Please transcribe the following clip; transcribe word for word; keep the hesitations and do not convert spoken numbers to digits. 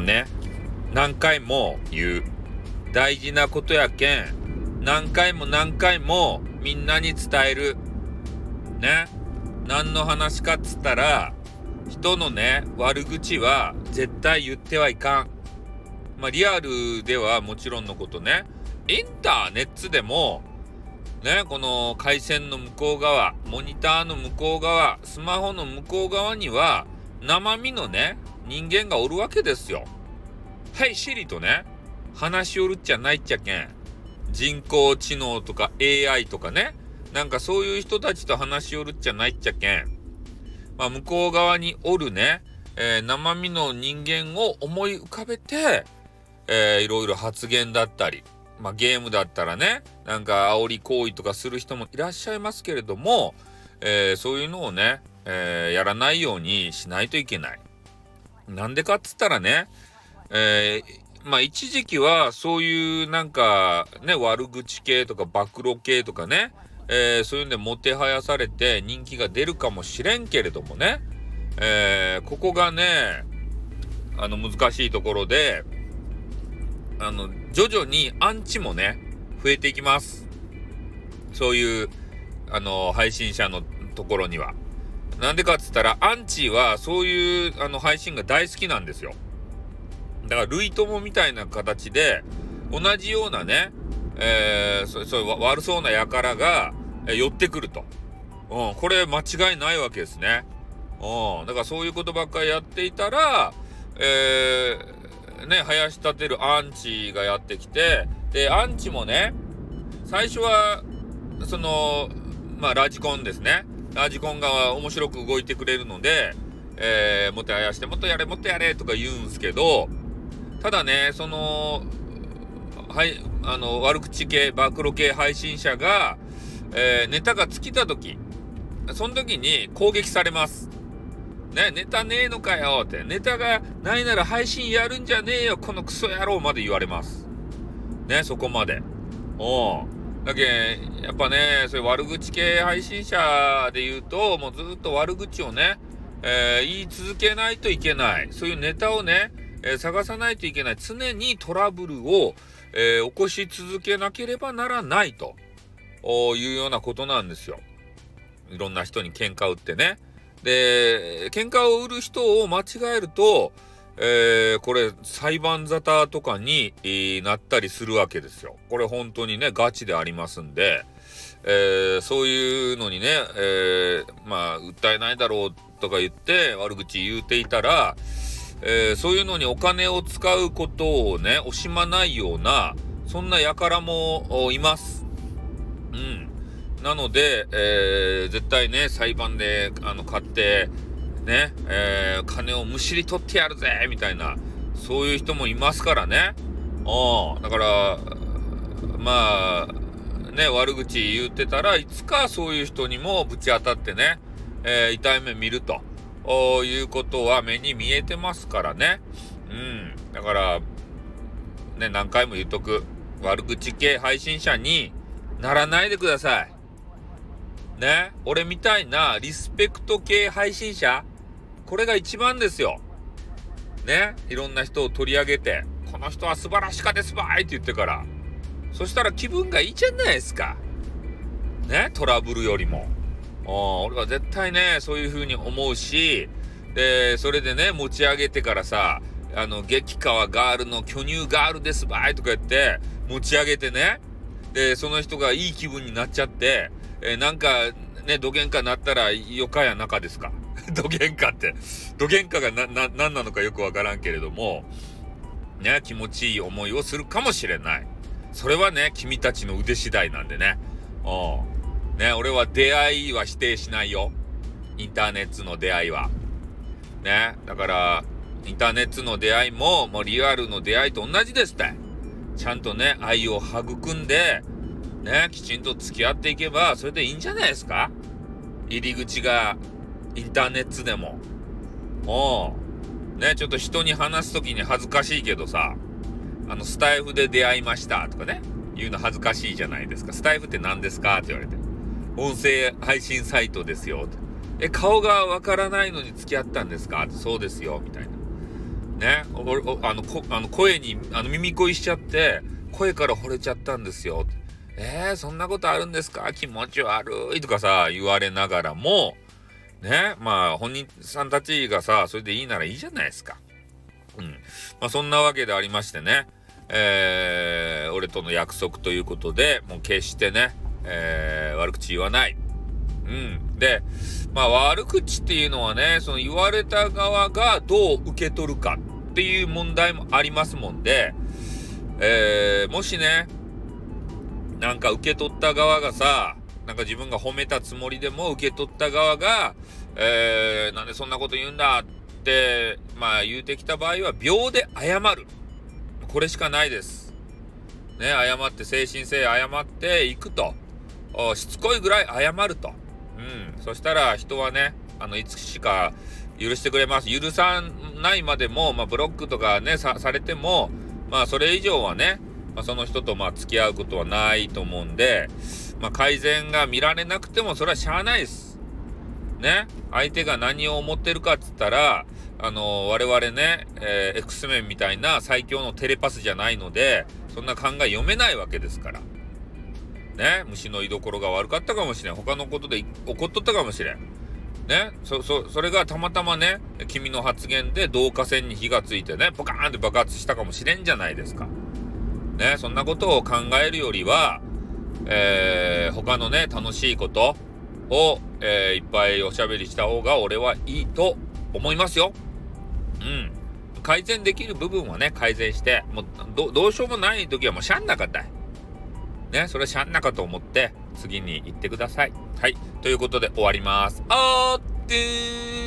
ね、何回も言う。大事なことやけん、何回も何回もみんなに伝える。ね。何の話かっつったら、人のね、悪口は絶対言ってはいかん。まあリアルではもちろんのことね、インターネットでも、ね、この回線の向こう側、モニターの向こう側、スマホの向こう側には、生身のね、人間がおるわけですよ。はい、シリとね、話しおるっちゃないっちゃけん。人工知能とか エーアイ とかね、なんかそういう人たちと話しおるっちゃないっちゃけん。まあ、向こう側におるね、えー、生身の人間を思い浮かべて、えー、いろいろ発言だったり、まあ、ゲームだったらね、なんか煽り行為とかする人もいらっしゃいますけれども、えー、そういうのをね、えー、やらないようにしないといけない。なんでかっつったらね、えーまあ一時期はそういうなんかね、悪口系とか暴露系とかね、えー、そういうんでもてはやされて人気が出るかもしれんけれどもね、えー、ここがね、あの難しいところで、あの徐々にアンチもね増えていきます。そういうあの配信者のところには。なんでかっつったら、アンチはそういうあの配信が大好きなんですよ。だから類友みたいな形で同じようなね、えー、そうそう悪そうな輩が寄ってくると、うん、これ間違いないわけですね。うん、だからそういうことばっかりやっていたら、えー、ね、林立てるアンチがやってきて、でアンチもね、最初はそのまあラジコンですね。ラジコンが面白く動いてくれるので、えー、もてはやしてもっとやれもっとやれとか言うんすけど、ただね、その、はい、あの、悪口系、暴露系配信者が、えー、ネタが尽きたとき、その時に攻撃されます。ね、ネタねえのかよって、ネタがないなら配信やるんじゃねえよ、このクソ野郎まで言われます。ね、そこまで。おう。だけやっぱね、そういう悪口系配信者で言うと、もうずっと悪口をね、えー、言い続けないといけない。そういうネタをね、えー、探さないといけない。常にトラブルを、えー、起こし続けなければならないというようなことなんですよ。いろんな人に喧嘩売ってね。で、喧嘩を売る人を間違えると、えー、これ裁判沙汰とかに、えー、なったりするわけですよ。これ本当にね、ガチでありますんで、えー、そういうのにね、えー、まあ、訴えないだろうとか言って悪口言うていたら、えー、そういうのにお金を使うことをね、惜しまないような、そんな輩もいます。うん。なので、えー、絶対ね、裁判で、あの、買って、ね、えー、金をむしり取ってやるぜみたいな、そういう人もいますからね。ああ、だから、まあ、ね、悪口言ってたらいつかそういう人にもぶち当たってね、えー、痛い目見るということは目に見えてますからね。うん、だからね、何回も言っとく、悪口系配信者にならないでくださいね。俺みたいなリスペクト系配信者、これが一番ですよね。いろんな人を取り上げて、この人は素晴らしかですばいって言ってから、そしたら気分がいいじゃないですかね、トラブルよりも。俺は絶対ね、そういう風に思うし、でそれでね、持ち上げてからさ、あの激川ガールの巨乳ガールですばいとか言って持ち上げてね、でその人がいい気分になっちゃって、えー、なんかね、どげんかなったらよかや中ですかどげんかってどげんかがなな何なのかよくわからんけれどもね、気持ちいい思いをするかもしれない。それはね、君たちの腕次第なんでね。うん。ね、俺は出会いは否定しないよ。インターネットの出会いは。ね、だから、インターネットの出会いも、もうリアルの出会いと同じですって。ちゃんとね、愛を育んで、ね、きちんと付き合っていけば、それでいいんじゃないですか？入り口が、インターネットでも。おう。ね、ちょっと人に話すときに恥ずかしいけどさ、あの、スタイフで出会いましたとかね、言うの恥ずかしいじゃないですか。スタイフって何ですかって言われて。音声配信サイトですよ。え、顔がわからないのに付き合ったんですかって、そうですよ。みたいな。 ね、おおあのこあの声にあの耳恋しちゃって声から惚れちゃったんですよ。えー、そんなことあるんですか、気持ち悪いとかさ言われながらもね、まあ本人さんたちがさそれでいいならいいじゃないですか。うん、まあそんなわけでありましてね、えー、俺との約束ということでもう決してね、えー、悪口言わない。うん、でまあ悪口っていうのはね、その言われた側がどう受け取るかっていう問題もありますもんで、えー、もしねなんか受け取った側がさ、なんか自分が褒めたつもりでも受け取った側が、えー、なんでそんなこと言うんだってまあ言うてきた場合は秒で謝る、これしかないですね。謝って誠心誠意謝っていくと、しつこいぐらい謝ると、うん、そしたら人はねあのいつしか許してくれます。許さないまでも、まあ、ブロックとかね さ, されてもまあそれ以上はね、まあ、その人とまあ付き合うことはないと思うんで、まあ、改善が見られなくてもそれはしゃあないですね。相手が何を思ってるかっつったらあの我々ね、えー、X メンみたいな最強のテレパスじゃないのでそんな考え読めないわけですからね。虫の居所が悪かったかもしれん、他のことで怒っとったかもしれんね。そそそれがたまたまね君の発言で導火線に火がついてねポカーンって爆発したかもしれんじゃないですかね。そんなことを考えるよりは、えー、他のね楽しいことを、えー、いっぱいおしゃべりした方が俺はいいと思いますよ。うん、改善できる部分はね改善して、もう ど, どうしようもない時はもうしゃんなかったいね、それしゃんなかと思って次に行ってください。はい、ということで終わります。あーってー